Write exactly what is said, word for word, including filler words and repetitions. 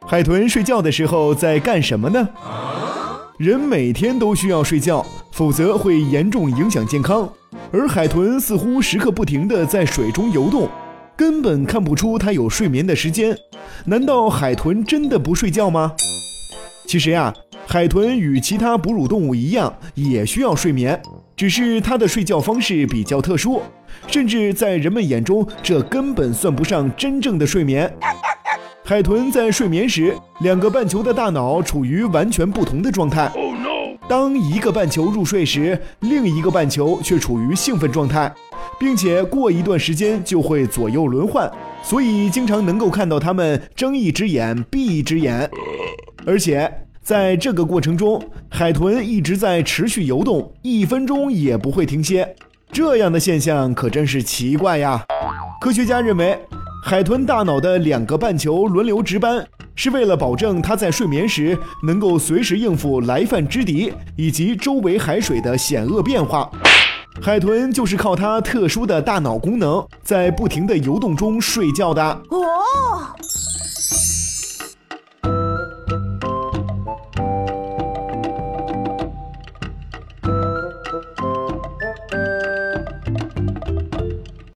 海豚睡觉的时候在干什么呢？人每天都需要睡觉，否则会严重影响健康。而海豚似乎时刻不停地在水中游动，根本看不出它有睡眠的时间。难道海豚真的不睡觉吗？其实呀，海豚与其他哺乳动物一样，也需要睡眠，只是它的睡觉方式比较特殊，甚至在人们眼中，这根本算不上真正的睡眠。海豚在睡眠时，两个半球的大脑处于完全不同的状态。当一个半球入睡时，另一个半球却处于兴奋状态，并且过一段时间就会左右轮换，所以经常能够看到它们睁一只眼闭一只眼。而且在这个过程中，海豚一直在持续游动，一分钟也不会停歇。这样的现象可真是奇怪呀！科学家认为，海豚大脑的两个半球轮流值班，是为了保证它在睡眠时能够随时应付来犯之敌以及周围海水的险恶变化。海豚就是靠它特殊的大脑功能，在不停的游动中睡觉的。 哦。